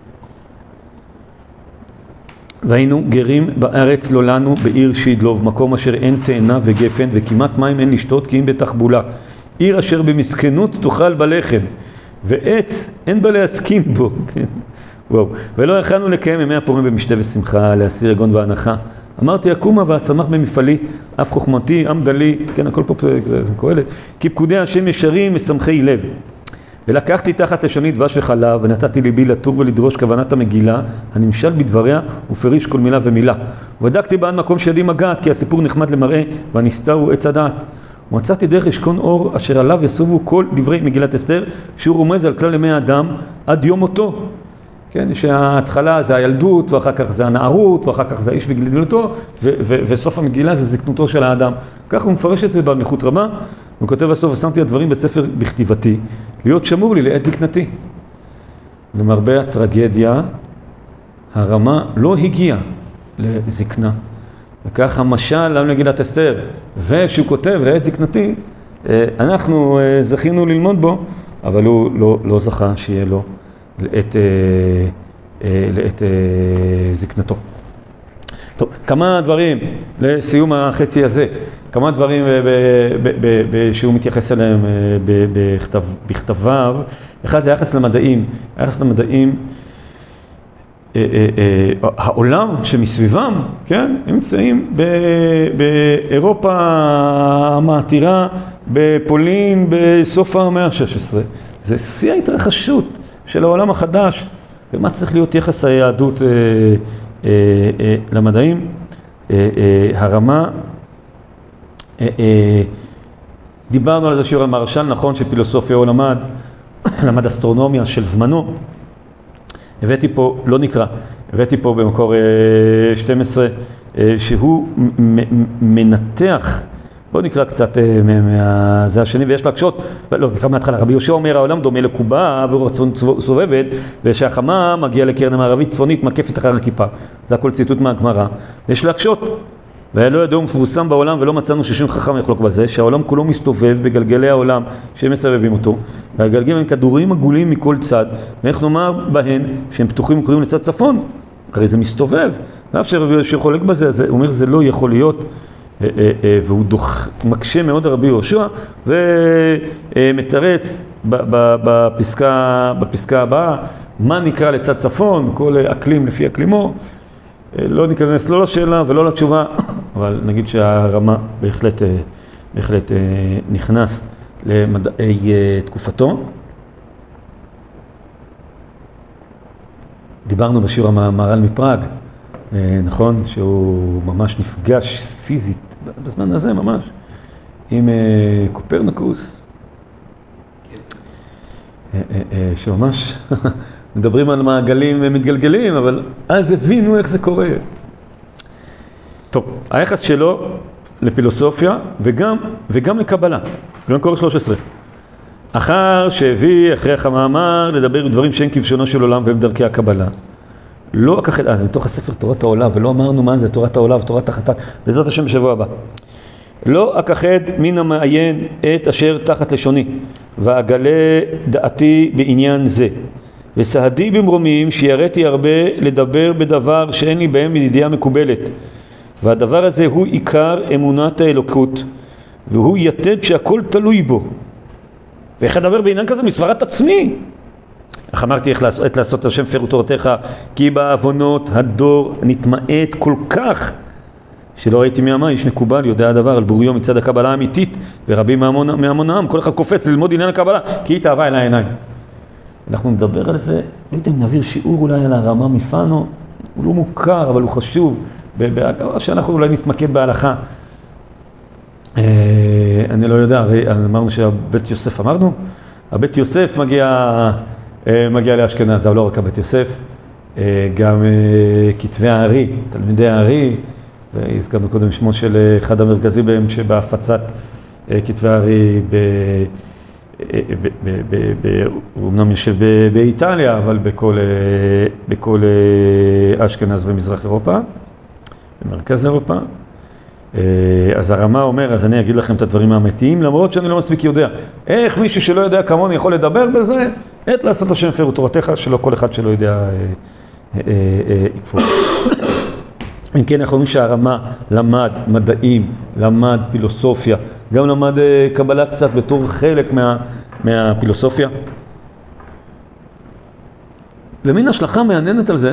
A: והיינו גרים בארץ לא לנו בעיר שידלוב, מקום אשר אין תאנה וגפן וכמעט מים אין לשתות כי אם בתחבולה. עיר אשר במסכנות תאכל בלחם, ועץ אין בה להסכין בו, כן? וואו. ולא יכלנו לקיים ימי הפורים במשתה ושמחה, להסיר יגון והנחה. אמרתי, אקומה ואשמח במפעלי, אף חוכמתי, עמדה לי, כן, הכל פה זה מקוהלת, כי פקודי השם ישרים משמחי לב. ולקחתי תחת לשוני דבש וחלב, ונתתי ליבי לתור ולדרוש כוונת המגילה, הנמשל בדבריה ופריש כל מילה ומילה. ובדקתי בעד מקום שידי מגעת, כי הסיפור נחמד למראה, והנסתר הוא עץ הדעת. ומצאתי דרך ישכון אור, אשר עליו יסובו כל דברי מגילת אסתר, שהוא רומז על כלל ימי האדם עד יום מותו. כן, שההתחלה זה הילדות, ואחר כך זה הנערות, ואחר כך זה האיש בגדולתו, ו- ו- וסוף המגילה זה זקנותו של האדם. כך הוא מפרש את זה באריכות רבה. הוא כותב בסוף, ושמתי הדברים בספר בכתיבתי, להיות שמור לי לעת זקנתי. למרבה הטרגדיה, הרמה לא הגיעה לזקנה. וכך המשל על מגילת אסתר, וכשהוא כותב לעת זקנתי, אנחנו זכינו ללמוד בו, אבל הוא לא, לא זכה שיהיה לו לעת, לעת זקנתו. טוב, כמה דברים לסיום החצי הזה, כמה דברים שהוא מתייחס אליהם בכתביו. אחד זה היחס למדעים, היחס למדעים, העולם שמסביבם, כן, הם נמצאים באירופה המעתירה, בפולין, בסוף המאה ה-שש עשרה. זה שיא ההתרחשות של העולם החדש, ומה צריך להיות יחס היהדות למדעים. הרמה דיברנו על זה שיעור על מהרש"ל, נכון שפילוסופיה הוא למד, למד אסטרונומיה של זמנו. הבאתי פה, לא נקרא, הבאתי פה במקור שתים עשרה, שהוא מנתח, בואו נקרא קצת מהזה השני, ויש להקשות, לא, נקרא מההתחלה, רבי יהושע אומר, העולם דומה לקובה ורצון סובבת, ושהחמה מגיעה לקרן המערבית צפונית, מקפת אחר הכיפה. זה הכל ציטוט מהגמרא. יש להקשות, ולא ידעו מפורסם בעולם, ולא מצאנו ששום חכם יחלוק בזה, שהעולם כולו מסתובב בגלגלי העולם שהם מסבבים אותו, והגלגלים הם כדורים עגולים מכל צד, ואיך נאמר בהן שהם פתוחים וקוראים לצד צפון, הרי זה מסתובב, ואף שחולק בזה, אז הוא אומר זה לא יכול להיות, והוא דוח, מקשה מאוד על רבי יהושע, ומתרץ בפסקה, בפסקה הבאה, מה נקרא לצד צפון, כל אקלים לפי אקלימו, לא ניכנס לא לשאלה ולא לתשובה, אבל נגיד שהרמה בהחלט, בהחלט נכנס למדעי תקופתו. דיברנו בשיעור המהר"ל מפראג, נכון, שהוא ממש נפגש פיזית בזמן הזה ממש עם קופרניקוס, שממש מדברים על מעגלים מתגלגלים, אבל אז הבינו איך זה קורה. טוב, היחס שלו לפילוסופיה וגם, וגם לקבלה, במקור שלוש עשרה. אחר שהביא אחרי המאמר לדבר דברים שאין כבשונו של עולם והם דרכי הקבלה. לא אכחד, אה, זה מתוך הספר תורת העולה, ולא אמרנו מה זה תורת העולה ותורת החטאת, וזאת השם בשבוע הבא. לא אכחד מן המעיין את אשר תחת לשוני, ואגלה דעתי בעניין זה. וסהדי במרומים שיראתי הרבה לדבר בדבר שאין לי בהם ידיעה מקובלת. והדבר הזה הוא עיקר אמונת האלוקות, והוא יתד שהכל תלוי בו. ואיך אדבר בעניין כזה מסברת עצמי? איך אמרתי איך לעשות, איך לעשות השם פירוט תורתך, כי בעוונות הדור נתמעט כל כך, שלא ראיתי מימה איש מקובל יודע הדבר על בוריו מצד הקבלה האמיתית, ורבים מהמון, מהמון העם, כל אחד קופץ ללמוד עניין הקבלה, כי היא תאווה אל העיניים. אנחנו נדבר על זה, לא יודע אם נעביר שיעור אולי על הרמה מפנו, הוא לא מוכר אבל הוא חשוב, שאנחנו אולי נתמקד בהלכה. אני לא יודע, הרי אמרנו שהבית יוסף אמרנו, הבית יוסף מגיע, מגיע לאשכנז, אבל לא רק הבית יוסף, גם כתבי הארי, תלמידי הארי, והזכרנו קודם שמו של אחד המרכזי בהם שבהפצת כתבי הארי, הוא אמנם יושב באיטליה, אבל בכל אשכנז ומזרח אירופה, במרכז אירופה. אז הרמה אומר, אז אני אגיד לכם את הדברים האמיתיים, למרות שאני לא מספיק יודע. איך מישהו שלא יודע כמוני יכול לדבר בזה? עת לעשות השם פירוט תורתך, שלא כל אחד שלא יודע יקפוץ. אם כן, אנחנו אומרים שהרמה למד מדעים, למד פילוסופיה, גם למד קבלה קצת בתור חלק מה, מהפילוסופיה. ומין השלכה מעניינת על זה,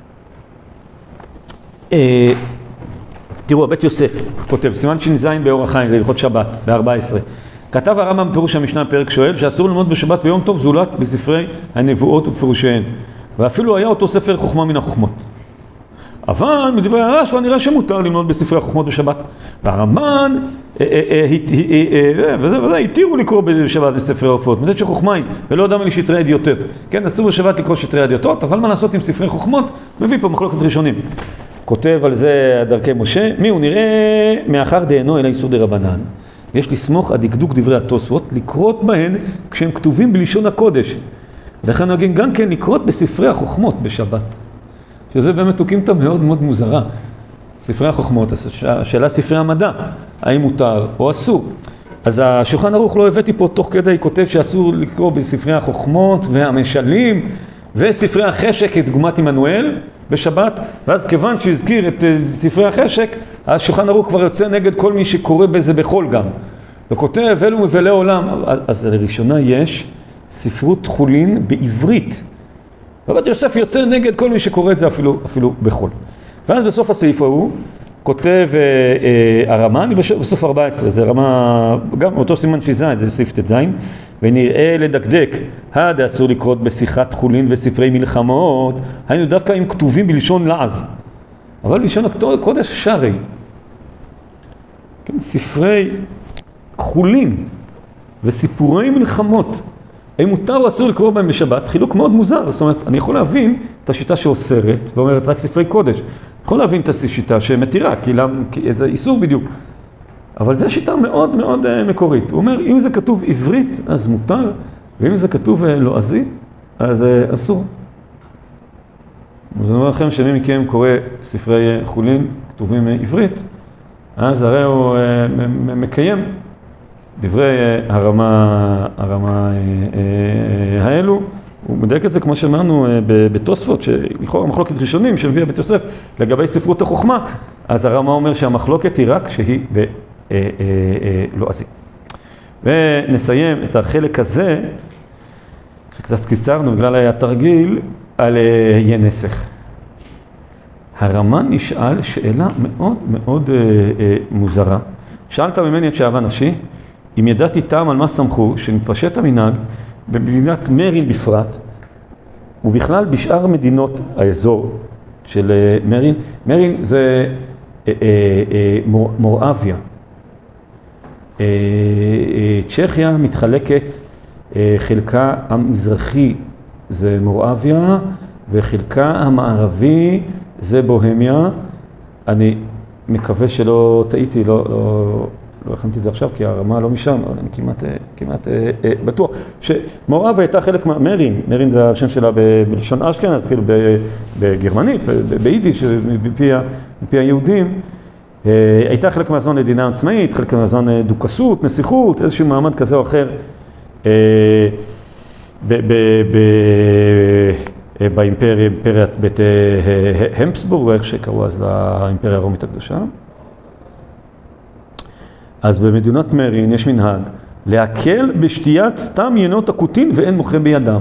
A: אה, תראו, הבית יוסף כותב, סימן ש"ז באור החיים, זה הלכות שבת, ב-ארבע עשרה. כתב הרמב"ם בפירוש המשנה פרק שואל, שאסור ללמוד בשבת ויום טוב זולת בספרי הנבואות ופירושיהן. ואפילו היה אותו ספר חוכמה מן החוכמות. אבל מדברי הרשב"א נראה שמותר ללמוד בספרי החוכמות בשבת. והרמב"ן, וזה וזה, התירו לקרוא בשבת בספרי הרפואות, מצד שחוכמה היא, ולא יודע מלי שטרי אדיוטות. כן, אסור בשבת לקרוא שטרי אדיוטות, אבל מה לעשות עם ספרי חוכמות? מביא פה מחלוקת ראשונים. כותב על זה דרכי משה, מי הוא נראה מאחר דהנו אלא איסור דרבנן. יש לסמוך הדקדוק דברי התוספות, לקרות בהן כשהם כתובים בלשון הקודש. ולכן נגיד גם כן לקרות בספרי החוכמות בשבת. שזה באמת תוקימתא מאוד מאוד מוזרה. ספרי החוכמות, השאלה ספרי המדע, האם מותר או אסור. אז השולחן ערוך לא הבאתי פה תוך כדי, כותב שאסור לקרוא בספרי החוכמות והמשלים וספרי החשק את דוגמת עמנואל בשבת, ואז כיוון שהזכיר את ספרי החשק, השולחן ערוך כבר יוצא נגד כל מי שקורא בזה בחול גם. וכותב, אלו מבלי עולם, אז לראשונה יש ספרות חולין בעברית. ובית יוסף יוצא נגד כל מי שקורא את זה אפילו, אפילו בחול. ואז בסוף הסעיף ההוא, כותב אה, אה, הרמה, אני בסוף ארבע עשרה, זה רמה, גם אותו סימן שיזיים, זה סעיף ט"ז, ונראה לדקדק, הדה אסור לקרות בשיחת חולין וספרי מלחמות, היינו דווקא עם כתובים בלשון לעז, אבל בלשון הקודש שרי. כן, ספרי חולין וסיפורי מלחמות, האם מותר או אסור לקרוא בהם בשבת? חילוק מאוד מוזר. זאת אומרת, אני יכול להבין את השיטה שאוסרת ואומרת רק ספרי קודש. אני יכול להבין את השיטה שמתירה, כי, כי זה איסור בדיוק. אבל זו שיטה מאוד מאוד uh, מקורית. הוא אומר, אם זה כתוב עברית, אז מותר, ואם זה כתוב uh, לועזית, אז uh, אסור. אז אני אומר לכם שמי מכם קורא ספרי חולין כתובים uh, עברית, אז הרי הוא uh, מקיים דברי uh, הרמה, הרמה uh, uh, האלו. הוא מדייק את זה כמו שאמרנו uh, בתוספות, שלכאורה המחלוקת ראשונים שהביאה בית יוסף לגבי ספרות החוכמה, אז הרמה אומר שהמחלוקת היא רק שהיא ב... לועזית. ונסיים את החלק הזה, שקצת קיצרנו בגלל התרגיל, על יהיה נסך. הרמ"ן נשאל שאלה מאוד מאוד מוזרה. שאלת ממני את שאהבה נפשי, אם ידעתי טעם על מה סמכו, שנתפשט המנהג במדינת מרין בפרט, ובכלל בשאר מדינות האזור של מרין. מרין זה מוראביה. צ'כיה מתחלקת, חלקה המזרחי זה מוראביה וחלקה המערבי זה בוהמיה. אני מקווה שלא טעיתי, לא, לא, לא הכנתי את זה עכשיו כי הרמה לא משם, אבל אני כמעט, כמעט בטוח שמוראביה הייתה חלק מהמרין. מרין זה השם שלה בלשון אשכנז, כאילו בגרמנית, ביידיש, מפי היהודים. הייתה חלק מהזמן מדינה עצמאית, חלק מהזמן דוכסות, נסיכות, איזשהו מעמד כזה או אחר באימפריה, אימפריית בית המפסבורג, איך שקראו אז לאימפריה הרומית הקדושה. אז במדינת מרין יש מנהג להקל בשתיית סתם ינות הקוטין ואין מוכר בידם.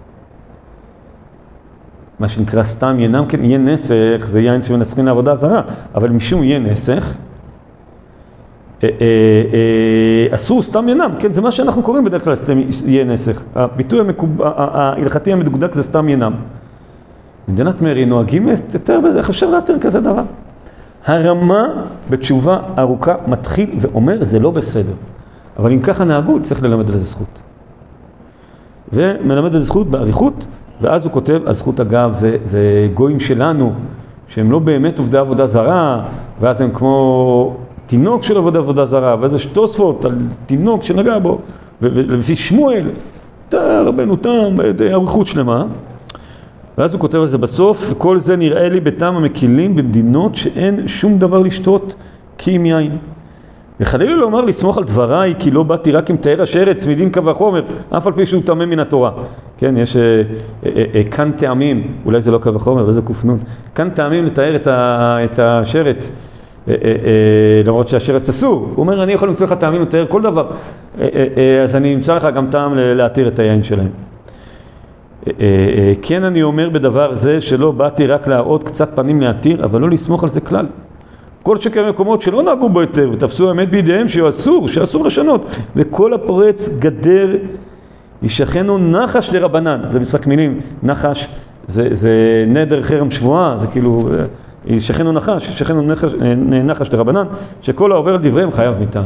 A: מה שנקרא סתם ינם, כן, יהיה נסך, זה יין שמנסחים לעבודה זרה, אבל משום יהיה נסך, אה, אה, אה, אסור סתם ינם, כן, זה מה שאנחנו קוראים בדרך כלל סתם יהיה נסך. הביטוי המקוב... ההלכתי המדוקדק זה סתם ינם. מדינת מרין נוהגים יותר בזה, איך אפשר להתיר כזה דבר? הרמה בתשובה ארוכה מתחיל ואומר, זה לא בסדר. אבל אם ככה נהגו, צריך ללמד על זה זכות. ומלמד על זה זכות בעריכות, ואז הוא כותב, הזכות אגב זה, זה גויים שלנו, שהם לא באמת עובדי עבודה זרה, ואז הם כמו תינוק של עבודה עבודה זרה, ואז יש תוספות על תינוק שנגע בו, ולפי שמואל, תה רבנו תם, עריכות שלמה. ואז הוא כותב על זה בסוף, וכל זה נראה לי בטעם המקילים במדינות שאין שום דבר לשתות כי עם יין. וחלילה לא אומר לסמוך על דבריי, כי לא באתי רק עם תאר השרץ מדין קו החומר, אף על פי שהוא טמא מן התורה. כן, יש אה, אה, אה, כאן טעמים, אולי זה לא קו החומר, אבל זה קופנון. כאן טעמים לתאר את, ה, את השרץ, אה, אה, אה, למרות שהשרץ אסור. הוא אומר, אני יכול למצוא לך טעמים לתאר כל דבר, אה, אה, אה, אז אני אמצא לך גם טעם להתיר את היין שלהם. אה, אה, אה, כן, אני אומר בדבר זה שלא באתי רק להראות קצת פנים להתיר, אבל לא לסמוך על זה כלל. כל שכן מקומות שלא נהגו בו יותר ותפסו האמת בידיהם שהוא אסור, שאסור לשנות. וכל הפורץ גדר ישכנו נחש לרבנן. זה משחק מילים, נחש זה, זה נדר חרם שבועה, זה כאילו ישכנו נחש, ישכנו נחש, נחש לרבנן, שכל העובר על דבריהם חייב מיתה.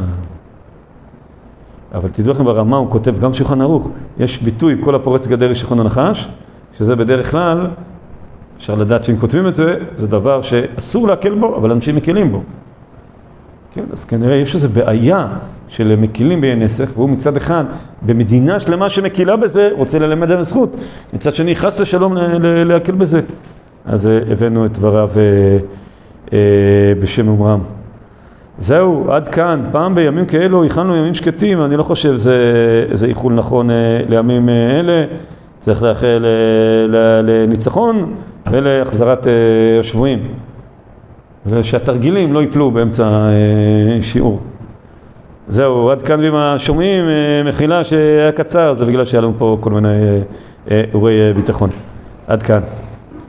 A: אבל תדעו לכם ברמה הוא כותב גם שולחן ערוך, יש ביטוי כל הפורץ גדר ישכנו נחש, שזה בדרך כלל אפשר לדעת שאם כותבים את זה, זה דבר שאסור להקל בו, אבל אנשים מקלים בו. כן, אז כנראה יש איזו בעיה של מקילים ביין נסך, והוא מצד אחד, במדינה שלמה שמקילה בזה, רוצה ללמד על הזכות. מצד שני, חס לשלום להקל בזה. אז הבאנו את דבריו בשם אומרם. זהו, עד כאן. פעם בימים כאלו, הכנו ימים שקטים, אני לא חושב שזה איחול נכון לימים אלה. צריך לאחל לניצחון ולהחזרת השבויים. ושהתרגילים לא ייפלו באמצע שיעור. זהו, עד כאן ועם השומעים, מחילה שהיה קצר, זה בגלל שהיה לנו פה כל מיני אירועי ביטחון. עד כאן.